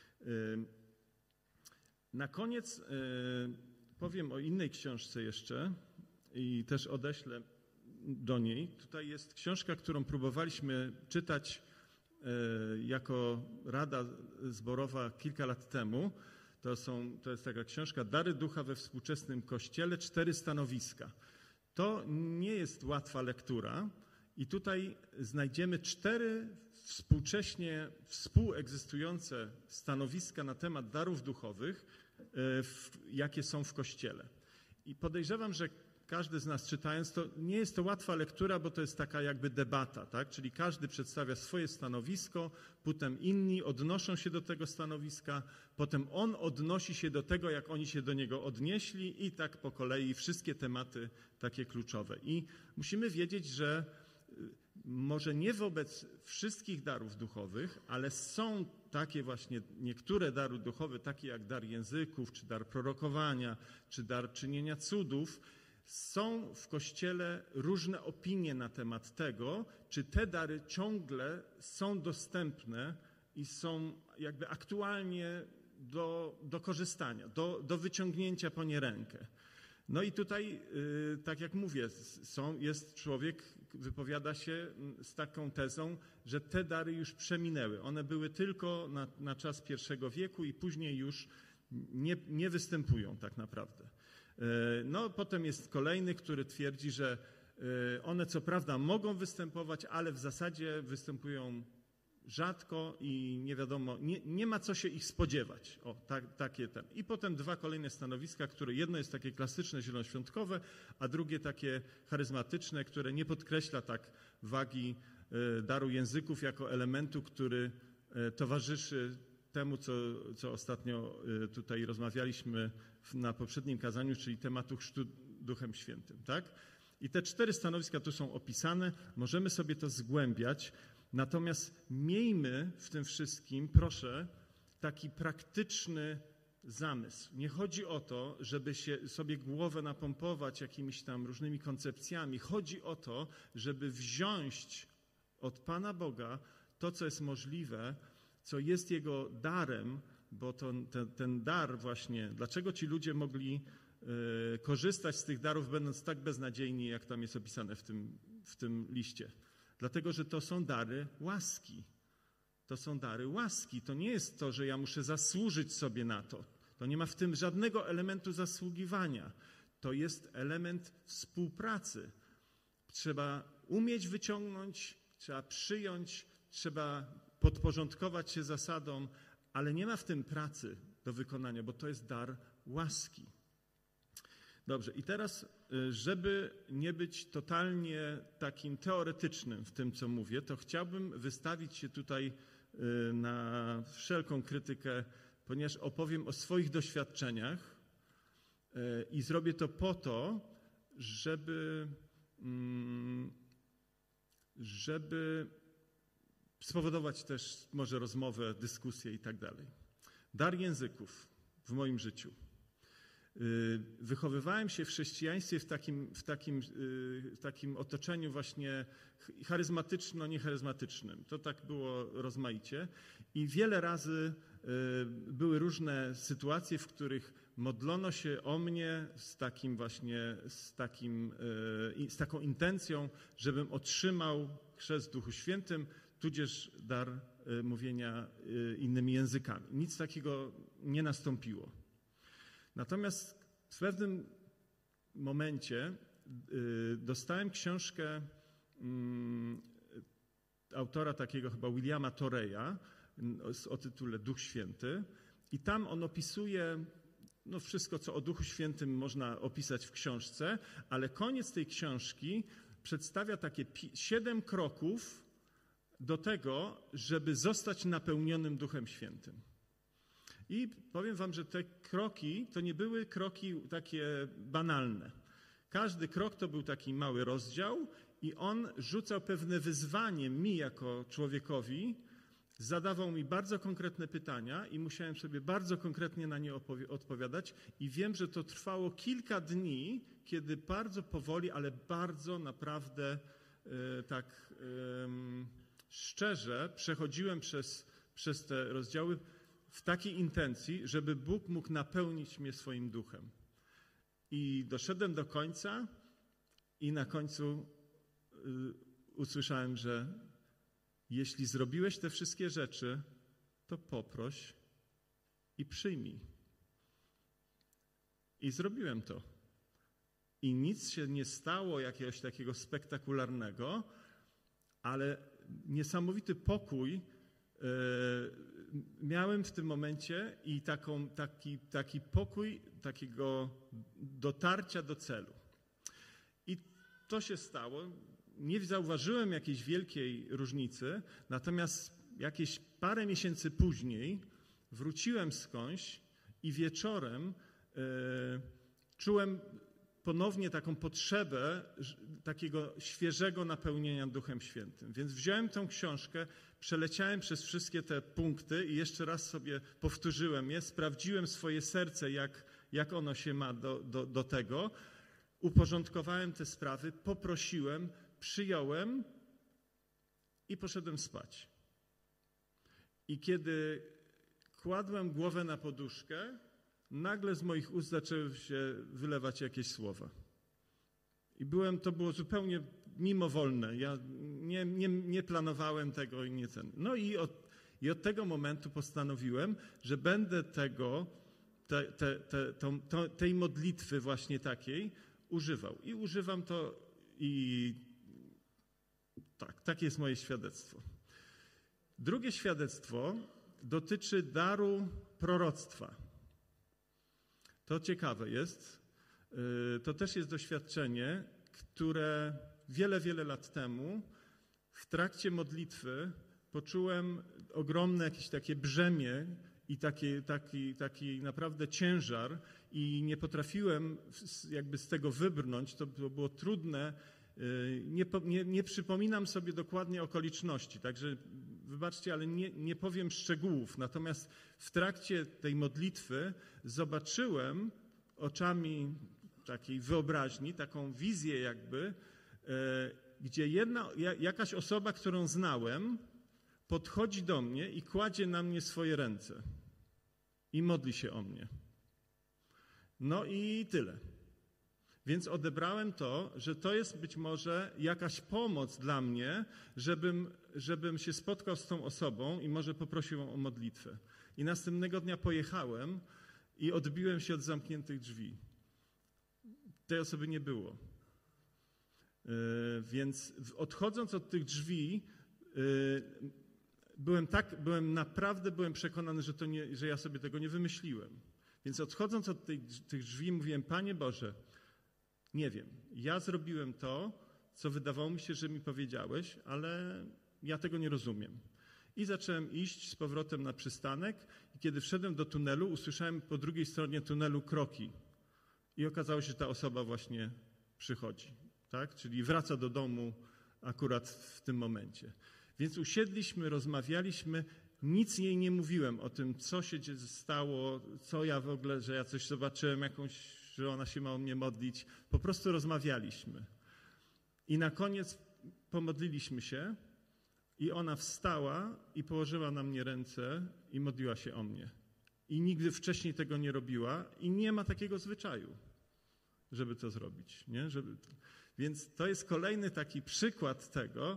A: Na koniec powiem o innej książce jeszcze i też odeślę do niej. Tutaj jest książka, którą próbowaliśmy czytać jako Rada Zborowa kilka lat temu. To jest taka książka Dary Ducha we współczesnym Kościele, 4 stanowiska. To nie jest łatwa lektura i tutaj znajdziemy 4 współcześnie współegzystujące stanowiska na temat darów duchowych, jakie są w Kościele. I podejrzewam, że każdy z nas czytając, to nie jest to łatwa lektura, bo to jest taka jakby debata, tak? Czyli każdy przedstawia swoje stanowisko, potem inni odnoszą się do tego stanowiska, potem on odnosi się do tego, jak oni się do niego odnieśli i tak po kolei wszystkie tematy takie kluczowe. I musimy wiedzieć, że może nie wobec wszystkich darów duchowych, ale są takie właśnie niektóre dary duchowe, takie jak dar języków, czy dar prorokowania, czy dar czynienia cudów. Są w Kościele różne opinie na temat tego, czy te dary ciągle są dostępne i są jakby aktualnie do korzystania, do wyciągnięcia po nie rękę. No i tutaj, tak jak mówię, jest człowiek, wypowiada się z taką tezą, że te dary już przeminęły. One były tylko na czas I wieku i później już nie występują tak naprawdę. No potem jest kolejny, który twierdzi, że one co prawda mogą występować, ale w zasadzie występują rzadko i nie wiadomo, nie ma co się ich spodziewać. Takie ten. I potem 2 kolejne stanowiska, które jedno jest takie klasyczne, zielonoświątkowe, a drugie takie charyzmatyczne, które nie podkreśla tak wagi daru języków jako elementu, który towarzyszy temu, co ostatnio tutaj rozmawialiśmy na poprzednim kazaniu, czyli tematu chrztu Duchem Świętym. Tak? I te 4 stanowiska tu są opisane, możemy sobie to zgłębiać. Natomiast miejmy w tym wszystkim, proszę, taki praktyczny zamysł. Nie chodzi o to, żeby się sobie głowę napompować jakimiś tam różnymi koncepcjami. Chodzi o to, żeby wziąć od Pana Boga to, co jest możliwe, co jest Jego darem, bo ten dar właśnie, dlaczego ci ludzie mogli korzystać z tych darów, będąc tak beznadziejni, jak tam jest opisane w tym liście? Dlatego, że to są dary łaski. To są dary łaski. To nie jest to, że ja muszę zasłużyć sobie na to. To nie ma w tym żadnego elementu zasługiwania. To jest element współpracy. Trzeba umieć wyciągnąć, trzeba przyjąć, trzeba podporządkować się zasadom, ale nie ma w tym pracy do wykonania, bo to jest dar łaski. Dobrze, i teraz, żeby nie być totalnie takim teoretycznym w tym, co mówię, to chciałbym wystawić się tutaj na wszelką krytykę, ponieważ opowiem o swoich doświadczeniach i zrobię to po to, żeby spowodować też może rozmowę, dyskusję i tak dalej. Dar języków w moim życiu. Wychowywałem się w chrześcijaństwie w takim otoczeniu właśnie charyzmatyczno-niecharyzmatycznym. To tak było rozmaicie i wiele razy były różne sytuacje, w których modlono się o mnie z taką intencją, żebym otrzymał chrzest w Duchu Świętym, tudzież dar mówienia innymi językami. Nic takiego nie nastąpiło. Natomiast w pewnym momencie dostałem książkę autora takiego chyba Williama Toreya o tytule Duch Święty i tam on opisuje wszystko, co o Duchu Świętym można opisać w książce, ale koniec tej książki przedstawia takie 7 kroków do tego, żeby zostać napełnionym Duchem Świętym. I powiem wam, że te kroki to nie były kroki takie banalne. Każdy krok to był taki mały rozdział i on rzucał pewne wyzwanie mi jako człowiekowi, zadawał mi bardzo konkretne pytania i musiałem sobie bardzo konkretnie na nie odpowiadać i wiem, że to trwało kilka dni, kiedy bardzo powoli, ale bardzo naprawdę szczerze przechodziłem przez te rozdziały w takiej intencji, żeby Bóg mógł napełnić mnie swoim duchem. I doszedłem do końca i na końcu usłyszałem, że jeśli zrobiłeś te wszystkie rzeczy, to poproś i przyjmij. I zrobiłem to. I nic się nie stało jakiegoś takiego spektakularnego, ale niesamowity pokój miałem w tym momencie i taki pokój takiego dotarcia do celu. I to się stało. Nie zauważyłem jakiejś wielkiej różnicy, natomiast jakieś parę miesięcy później wróciłem skądś i wieczorem czułem ponownie taką potrzebę takiego świeżego napełnienia Duchem Świętym. Więc wziąłem tę książkę, przeleciałem przez wszystkie te punkty i jeszcze raz sobie powtórzyłem je, sprawdziłem swoje serce, jak ono się ma do tego, uporządkowałem te sprawy, poprosiłem, przyjąłem i poszedłem spać. I kiedy kładłem głowę na poduszkę, nagle z moich ust zaczęły się wylewać jakieś słowa. I to było zupełnie mimowolne. Ja nie planowałem tego i nie ten. No i od tego momentu postanowiłem, że będę tej modlitwy właśnie takiej używał. I używam to i takie jest moje świadectwo. Drugie świadectwo dotyczy daru proroctwa. To ciekawe jest. To też jest doświadczenie, które wiele lat temu w trakcie modlitwy poczułem ogromne jakieś takie brzemię i taki naprawdę ciężar i nie potrafiłem jakby z tego wybrnąć. To było trudne. Nie przypominam sobie dokładnie okoliczności, także wybaczcie, ale nie powiem szczegółów. Natomiast w trakcie tej modlitwy zobaczyłem oczami takiej wyobraźni, taką wizję jakby, gdzie jakaś osoba, którą znałem, podchodzi do mnie i kładzie na mnie swoje ręce i modli się o mnie. No i tyle. Więc odebrałem to, że to jest być może jakaś pomoc dla mnie, żebym się spotkał z tą osobą i może poprosił ją o modlitwę. I następnego dnia pojechałem i odbiłem się od zamkniętych drzwi. Tej osoby nie było. Więc odchodząc od tych drzwi, byłem przekonany, że ja sobie tego nie wymyśliłem. Więc odchodząc od tych drzwi mówiłem, Panie Boże, nie wiem, ja zrobiłem to, co wydawało mi się, że mi powiedziałeś, ale ja tego nie rozumiem. I zacząłem iść z powrotem na przystanek i kiedy wszedłem do tunelu, usłyszałem po drugiej stronie tunelu kroki. I okazało się, że ta osoba właśnie przychodzi, tak? Czyli wraca do domu akurat w tym momencie. Więc usiedliśmy, rozmawialiśmy, nic jej nie mówiłem o tym, co się stało, co ja w ogóle, że ja coś zobaczyłem, że ona się ma o mnie modlić. Po prostu rozmawialiśmy. I na koniec pomodliliśmy się i ona wstała i położyła na mnie ręce i modliła się o mnie. I nigdy wcześniej tego nie robiła i nie ma takiego zwyczaju, żeby to zrobić. Nie? Więc to jest kolejny taki przykład tego,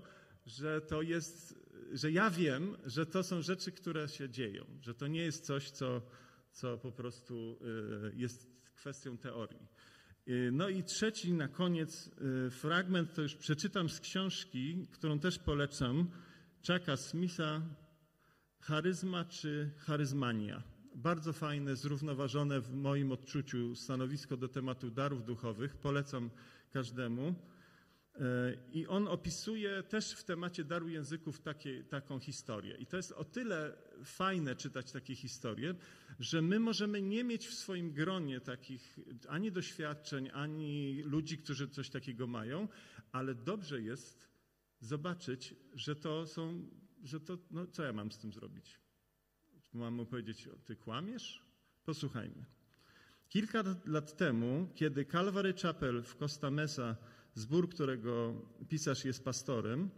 A: że ja wiem, że to są rzeczy, które się dzieją, że to nie jest coś, co po prostu jest kwestią teorii. No i trzeci na koniec fragment, to już przeczytam z książki, którą też polecam, Chucka Smitha, Charyzma czy charyzmania. Bardzo fajne, zrównoważone w moim odczuciu stanowisko do tematu darów duchowych. Polecam każdemu. I on opisuje też w temacie daru języków taką historię. I to jest o tyle fajne czytać takie historie, że my możemy nie mieć w swoim gronie takich ani doświadczeń, ani ludzi, którzy coś takiego mają, ale dobrze jest zobaczyć, no co ja mam z tym zrobić? Mam mu powiedzieć, ty kłamiesz? Posłuchajmy. Kilka lat temu, kiedy Calvary Chapel w Costa Mesa, zbór, którego pisarz jest pastorem,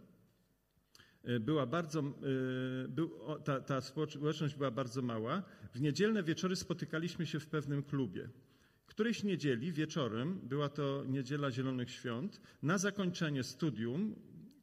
A: ta społeczność była bardzo mała. W niedzielne wieczory spotykaliśmy się w pewnym klubie. Którejś niedzieli wieczorem, była to Niedziela Zielonych Świąt, na zakończenie studium,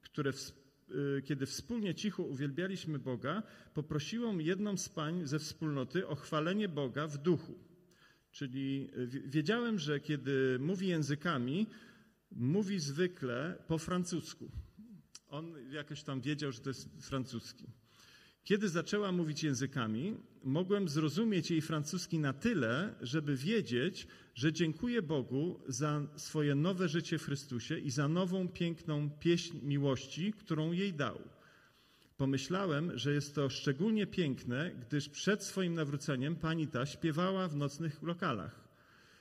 A: kiedy wspólnie cicho uwielbialiśmy Boga, poprosiłem jedną z pań ze wspólnoty o chwalenie Boga w duchu. Czyli wiedziałem, że kiedy mówi językami, mówi zwykle po francusku. On jakoś tam wiedział, że to jest francuski. Kiedy zaczęła mówić językami, mogłem zrozumieć jej francuski na tyle, żeby wiedzieć, że dziękuję Bogu za swoje nowe życie w Chrystusie i za nową, piękną pieśń miłości, którą jej dał. Pomyślałem, że jest to szczególnie piękne, gdyż przed swoim nawróceniem pani ta śpiewała w nocnych lokalach.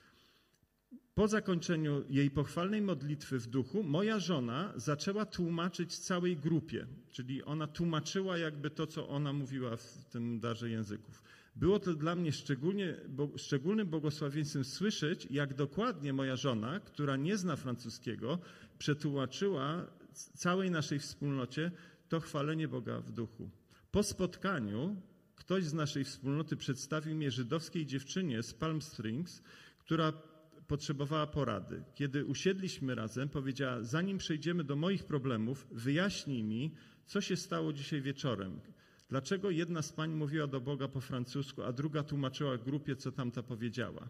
A: Po zakończeniu jej pochwalnej modlitwy w duchu, moja żona zaczęła tłumaczyć całej grupie, czyli ona tłumaczyła jakby to, co ona mówiła w tym darze języków. Było to dla mnie szczególnym błogosławieństwem słyszeć, jak dokładnie moja żona, która nie zna francuskiego, przetłumaczyła całej naszej wspólnocie to chwalenie Boga w duchu. Po spotkaniu ktoś z naszej wspólnoty przedstawił mnie żydowskiej dziewczynie z Palm Springs, która potrzebowała porady. Kiedy usiedliśmy razem, powiedziała, zanim przejdziemy do moich problemów, wyjaśnij mi, co się stało dzisiaj wieczorem. Dlaczego jedna z pań mówiła do Boga po francusku, a druga tłumaczyła grupie, co tamta powiedziała.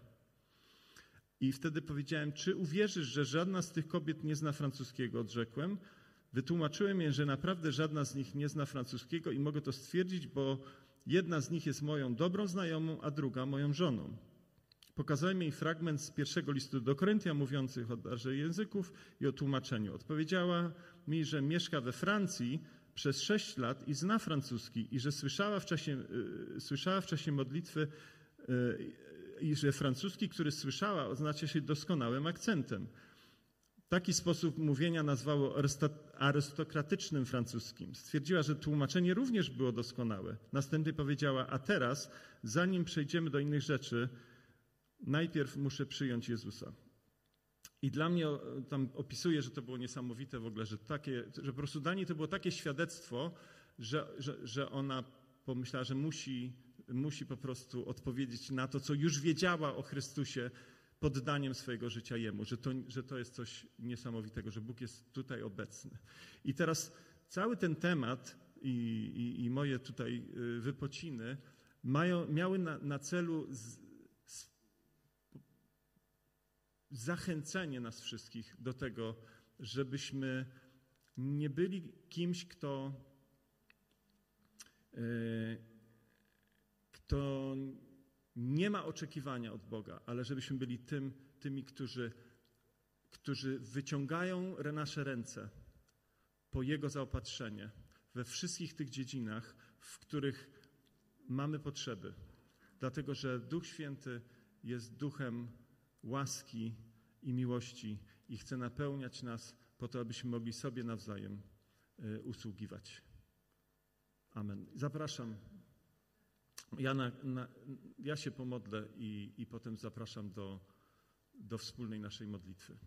A: I wtedy powiedziałem, czy uwierzysz, że żadna z tych kobiet nie zna francuskiego? Odrzekłem. Wytłumaczyłem jej, że naprawdę żadna z nich nie zna francuskiego i mogę to stwierdzić, bo jedna z nich jest moją dobrą znajomą, a druga moją żoną. Pokazałem jej fragment z pierwszego listu do Koryntian mówiących o darze języków i o tłumaczeniu. Odpowiedziała mi, że mieszka we Francji przez 6 lat i zna francuski i że słyszała w czasie modlitwy i że francuski, który słyszała, oznacza się doskonałym akcentem. Taki sposób mówienia nazwało arystokratycznym francuskim. Stwierdziła, że tłumaczenie również było doskonałe. Następnie powiedziała, a teraz, zanim przejdziemy do innych rzeczy, najpierw muszę przyjąć Jezusa. I dla mnie tam opisuje, że to było niesamowite w ogóle, że po prostu dla niej to było takie świadectwo, że ona pomyślała, że musi po prostu odpowiedzieć na to, co już wiedziała o Chrystusie poddaniem swojego życia Jemu, że to jest coś niesamowitego, że Bóg jest tutaj obecny. I teraz cały ten temat i moje tutaj wypociny miały na celu zachęcenie nas wszystkich do tego, żebyśmy nie byli kimś, kto nie ma oczekiwania od Boga, ale żebyśmy byli tymi, którzy wyciągają nasze ręce po Jego zaopatrzenie we wszystkich tych dziedzinach, w których mamy potrzeby. Dlatego, że Duch Święty jest duchem łaski i miłości i chce napełniać nas po to, abyśmy mogli sobie nawzajem usługiwać. Amen. Zapraszam. Ja się pomodlę i potem zapraszam do wspólnej naszej modlitwy.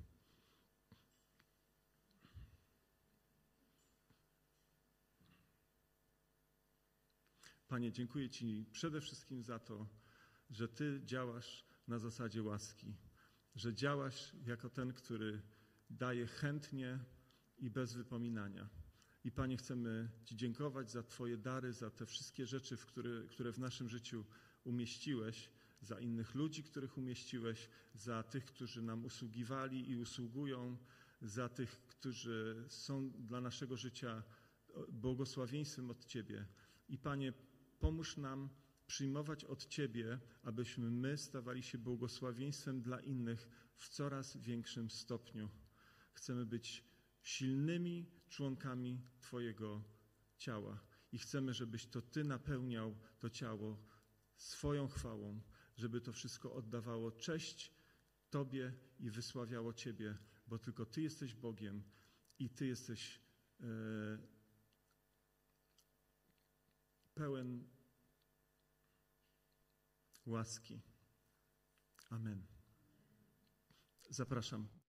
A: Panie, dziękuję Ci przede wszystkim za to, że Ty działasz na zasadzie łaski, że działasz jako ten, który daje chętnie i bez wypominania. I Panie, chcemy Ci dziękować za Twoje dary, za te wszystkie rzeczy, które w naszym życiu umieściłeś, za innych ludzi, których umieściłeś, za tych, którzy nam usługiwali i usługują, za tych, którzy są dla naszego życia błogosławieństwem od Ciebie. I Panie, pomóż nam przyjmować od Ciebie, abyśmy my stawali się błogosławieństwem dla innych w coraz większym stopniu. Chcemy być silnymi członkami Twojego ciała i chcemy, żebyś to Ty napełniał to ciało swoją chwałą, żeby to wszystko oddawało cześć Tobie i wysławiało Ciebie, bo tylko Ty jesteś Bogiem i Ty jesteś pełen łaski. Amen. Zapraszam.